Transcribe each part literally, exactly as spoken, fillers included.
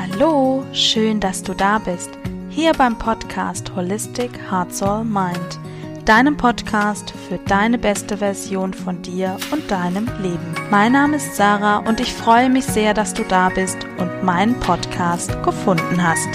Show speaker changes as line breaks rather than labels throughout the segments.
Hallo, schön, dass du da bist. Hier beim Podcast Holistic Heart Soul Mind, deinem Podcast für deine beste Version von dir und deinem Leben. Mein Name ist Sarah und ich freue mich sehr, dass du da bist und meinen Podcast gefunden hast.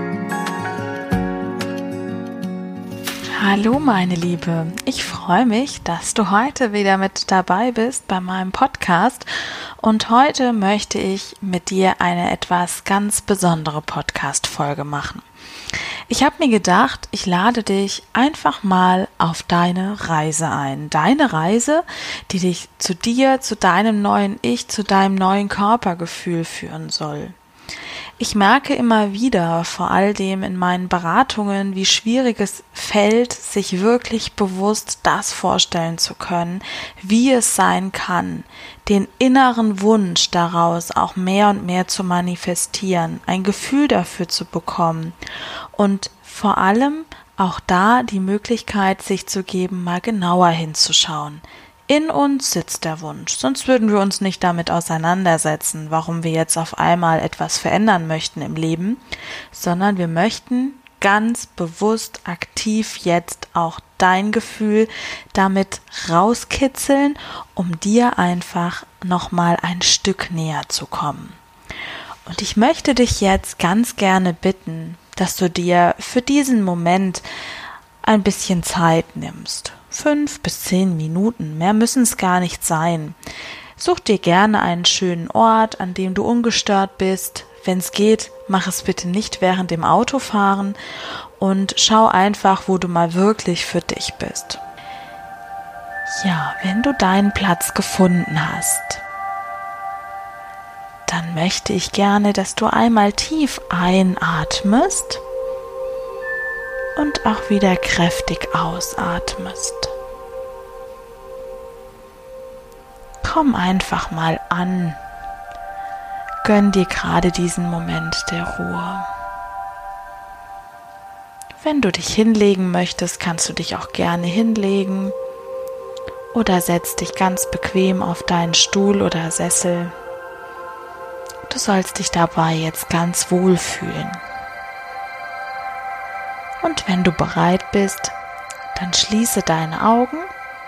Hallo meine Liebe, ich freue mich, dass du heute wieder mit dabei bist bei meinem Podcast und heute möchte ich mit dir eine etwas ganz besondere Podcast-Folge machen. Ich habe mir gedacht, ich lade dich einfach mal auf deine Reise ein. Deine Reise, die dich zu dir, zu deinem neuen Ich, zu deinem neuen Körpergefühl führen soll. Ich merke immer wieder, vor allem in meinen Beratungen, wie schwierig es fällt, sich wirklich bewusst das vorstellen zu können, wie es sein kann, den inneren Wunsch daraus auch mehr und mehr zu manifestieren, ein Gefühl dafür zu bekommen und vor allem auch da die Möglichkeit, sich zu geben, mal genauer hinzuschauen. In uns sitzt der Wunsch, sonst würden wir uns nicht damit auseinandersetzen, warum wir jetzt auf einmal etwas verändern möchten im Leben, sondern wir möchten ganz bewusst aktiv jetzt auch dein Gefühl damit rauskitzeln, um dir einfach nochmal ein Stück näher zu kommen. Und ich möchte dich jetzt ganz gerne bitten, dass du dir für diesen Moment ein bisschen Zeit nimmst. Fünf bis zehn Minuten, mehr müssen es gar nicht sein. Such dir gerne einen schönen Ort, an dem du ungestört bist. Wenn es geht, mach es bitte nicht während dem Autofahren und schau einfach, wo du mal wirklich für dich bist. Ja, wenn du deinen Platz gefunden hast, dann möchte ich gerne, dass du einmal tief einatmest und auch wieder kräftig ausatmest. Komm einfach mal an. Gönn dir gerade diesen Moment der Ruhe. Wenn du dich hinlegen möchtest, kannst du dich auch gerne hinlegen oder setz dich ganz bequem auf deinen Stuhl oder Sessel. Du sollst dich dabei jetzt ganz wohl fühlen. Und wenn du bereit bist, dann schließe deine Augen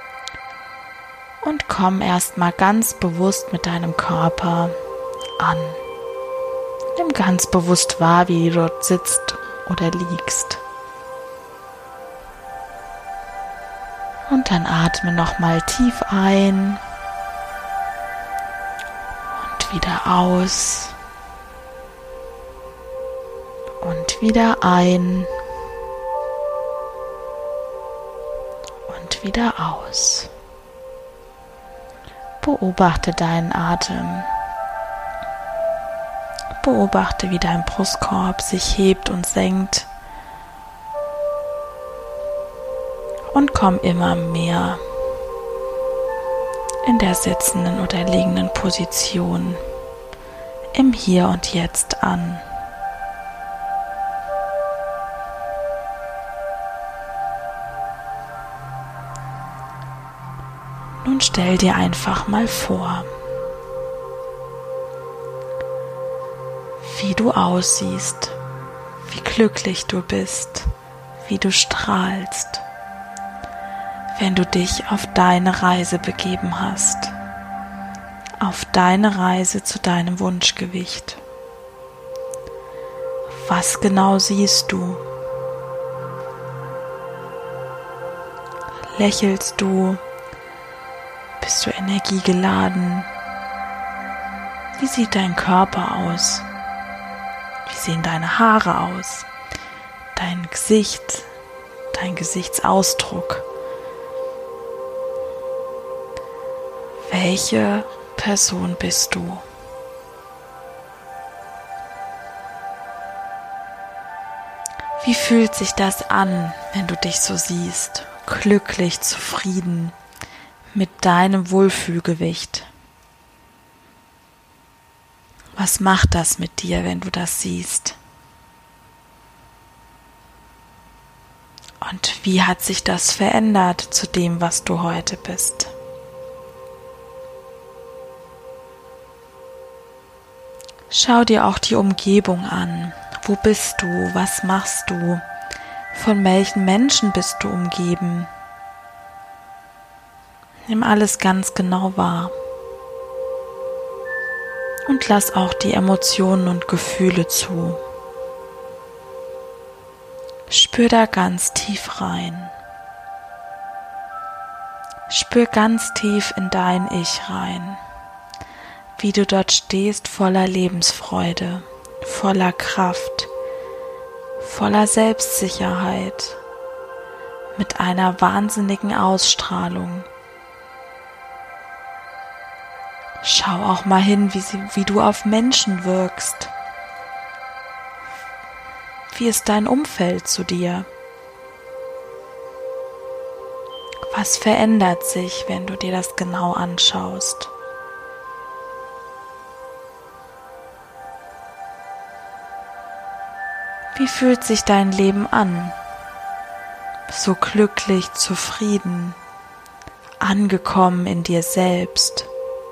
und komm erstmal ganz bewusst mit deinem Körper an. Nimm ganz bewusst wahr, wie du dort sitzt oder liegst. Und dann atme nochmal tief ein und wieder aus und wieder ein. Wieder aus. Beobachte deinen Atem. Beobachte, wie dein Brustkorb sich hebt und senkt. Und komm immer mehr in der sitzenden oder liegenden Position im Hier und Jetzt an. Nun stell dir einfach mal vor, wie du aussiehst, wie glücklich du bist, wie du strahlst, wenn du dich auf deine Reise begeben hast, auf deine Reise zu deinem Wunschgewicht. Was genau siehst du? Lächelst du? Bist du energiegeladen? Wie sieht dein Körper aus? Wie sehen deine Haare aus? Dein Gesicht, dein Gesichtsausdruck? Welche Person bist du? Wie fühlt sich das an, wenn du dich so siehst? Glücklich, zufrieden, mit deinem Wohlfühlgewicht. Was macht das mit dir, wenn du das siehst? Und wie hat sich das verändert zu dem, was du heute bist? Schau dir auch die Umgebung an. Wo bist du? Was machst du? Von welchen Menschen bist du umgeben? Nimm alles ganz genau wahr. Und lass auch die Emotionen und Gefühle zu. Spür da ganz tief rein. Spür ganz tief in dein Ich rein, wie du dort stehst voller Lebensfreude, voller Kraft, voller Selbstsicherheit, mit einer wahnsinnigen Ausstrahlung. Schau auch mal hin, wie, sie, wie du auf Menschen wirkst. Wie ist dein Umfeld zu dir? Was verändert sich, wenn du dir das genau anschaust? Wie fühlt sich dein Leben an? So glücklich, zufrieden, angekommen in dir selbst.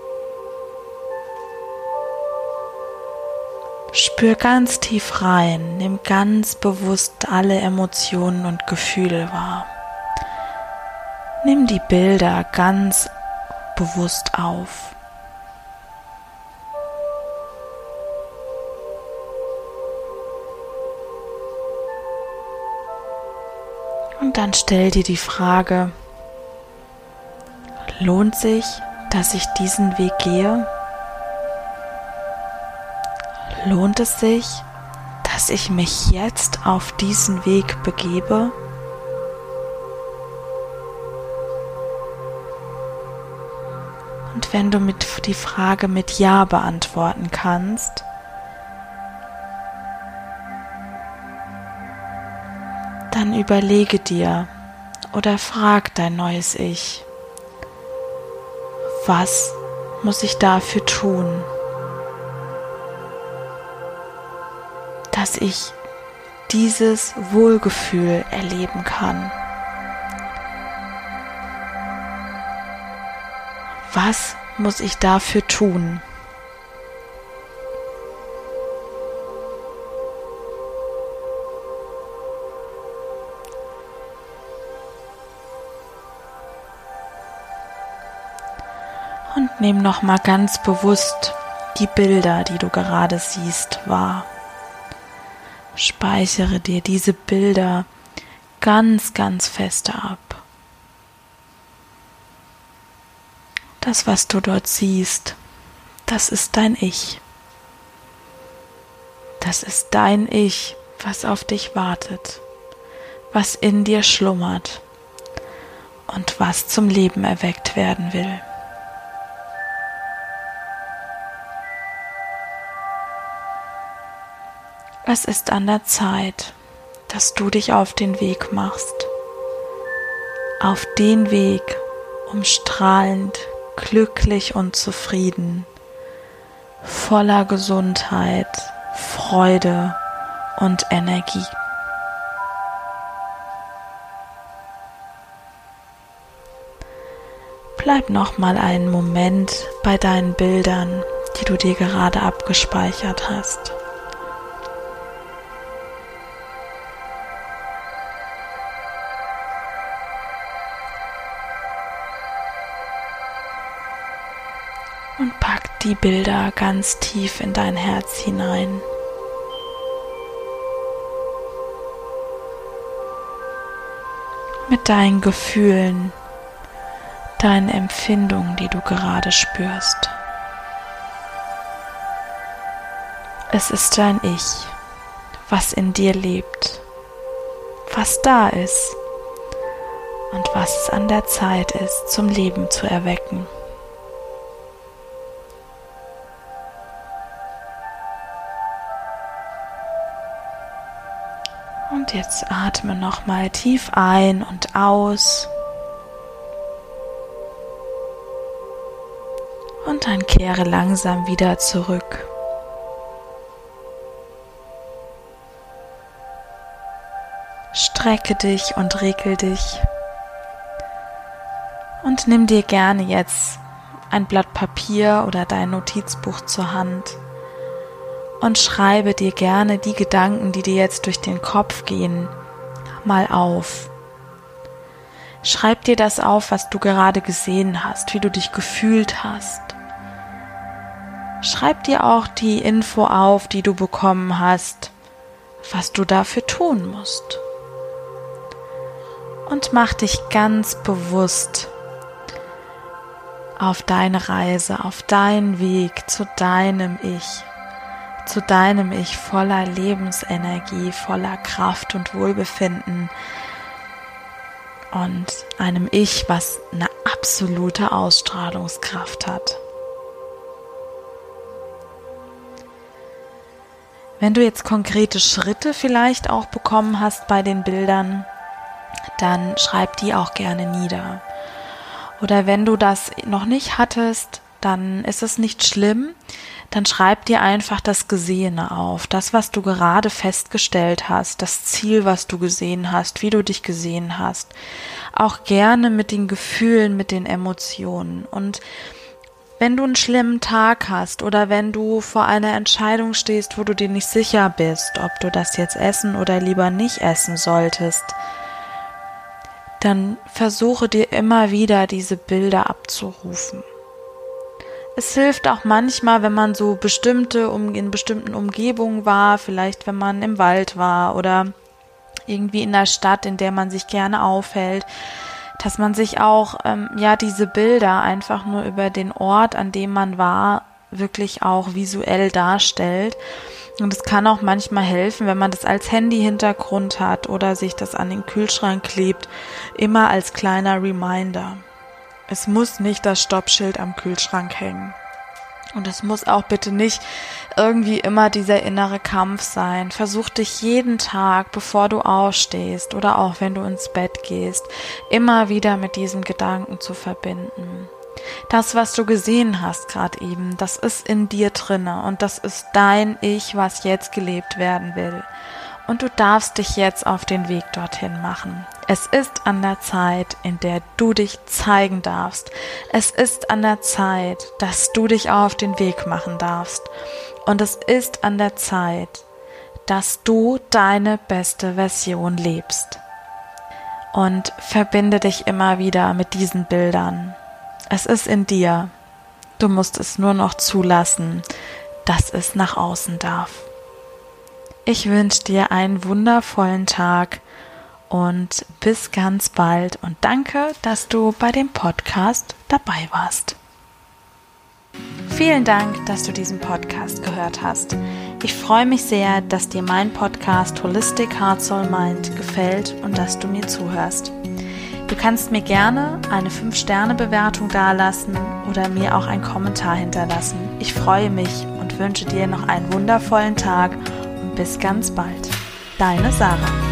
Spür ganz tief rein, nimm ganz bewusst alle Emotionen und Gefühle wahr. Nimm die Bilder ganz bewusst auf. Und dann stell dir die Frage, lohnt sich, dass ich diesen Weg gehe? Lohnt es sich, dass ich mich jetzt auf diesen Weg begebe? Und wenn du mit die Frage mit Ja beantworten kannst, dann überlege dir oder frag dein neues Ich, was muss ich dafür tun, dass ich dieses Wohlgefühl erleben kann? Was muss ich dafür tun? Und nimm noch mal ganz bewusst die Bilder, die du gerade siehst, wahr. Speichere dir diese Bilder ganz, ganz feste ab. Das, was du dort siehst, das ist dein Ich. Das ist dein Ich, was auf dich wartet, was in dir schlummert und was zum Leben erweckt werden will. Es ist an der Zeit, dass du dich auf den Weg machst. Auf den Weg, um strahlend, glücklich und zufrieden, voller Gesundheit, Freude und Energie. Bleib noch mal einen Moment bei deinen Bildern, die du dir gerade abgespeichert hast. Und pack die Bilder ganz tief in dein Herz hinein. Mit deinen Gefühlen, deinen Empfindungen, die du gerade spürst. Es ist dein Ich, was in dir lebt, was da ist und was es an der Zeit ist, zum Leben zu erwecken. Und jetzt atme nochmal tief ein und aus. Und dann kehre langsam wieder zurück. Strecke dich und regel dich. Und nimm dir gerne jetzt ein Blatt Papier oder dein Notizbuch zur Hand und schreibe dir gerne die Gedanken, die dir jetzt durch den Kopf gehen, mal auf. Schreib dir das auf, was du gerade gesehen hast, wie du dich gefühlt hast. Schreib dir auch die Info auf, die du bekommen hast, was du dafür tun musst. Und mach dich ganz bewusst auf deine Reise, auf deinen Weg zu deinem Ich, zu deinem Ich voller Lebensenergie, voller Kraft und Wohlbefinden und einem Ich, was eine absolute Ausstrahlungskraft hat. Wenn du jetzt konkrete Schritte vielleicht auch bekommen hast bei den Bildern, dann schreib die auch gerne nieder. Oder wenn du das noch nicht hattest, dann ist es nicht schlimm, dann schreib dir einfach das Gesehene auf, das, was du gerade festgestellt hast, das Ziel, was du gesehen hast, wie du dich gesehen hast. Auch gerne mit den Gefühlen, mit den Emotionen. Und wenn du einen schlimmen Tag hast oder wenn du vor einer Entscheidung stehst, wo du dir nicht sicher bist, ob du das jetzt essen oder lieber nicht essen solltest, dann versuche dir immer wieder diese Bilder abzurufen. Es hilft auch manchmal, wenn man so bestimmte, um, in bestimmten Umgebungen war, vielleicht wenn man im Wald war oder irgendwie in der Stadt, in der man sich gerne aufhält, dass man sich auch ähm, ja diese Bilder einfach nur über den Ort, an dem man war, wirklich auch visuell darstellt. Und es kann auch manchmal helfen, wenn man das als Handy-Hintergrund hat oder sich das an den Kühlschrank klebt, immer als kleiner Reminder. Es muss nicht das Stoppschild am Kühlschrank hängen. Und es muss auch bitte nicht irgendwie immer dieser innere Kampf sein. Versuch dich jeden Tag, bevor du aufstehst oder auch wenn du ins Bett gehst, immer wieder mit diesem Gedanken zu verbinden. Das, was du gesehen hast gerade eben, das ist in dir drinne und das ist dein Ich, was jetzt gelebt werden will. Und du darfst dich jetzt auf den Weg dorthin machen. Es ist an der Zeit, in der du dich zeigen darfst. Es ist an der Zeit, dass du dich auf den Weg machen darfst. Und es ist an der Zeit, dass du deine beste Version lebst. Und verbinde dich immer wieder mit diesen Bildern. Es ist in dir. Du musst es nur noch zulassen, dass es nach außen darf. Ich wünsche dir einen wundervollen Tag und bis ganz bald und danke, dass du bei dem Podcast dabei warst. Vielen Dank, dass du diesen Podcast gehört hast. Ich freue mich sehr, dass dir mein Podcast Holistic Heart Soul Mind gefällt und dass du mir zuhörst. Du kannst mir gerne eine fünf Sterne Bewertung dalassen oder mir auch einen Kommentar hinterlassen. Ich freue mich und wünsche dir noch einen wundervollen Tag und bis ganz bald. Deine Sarah.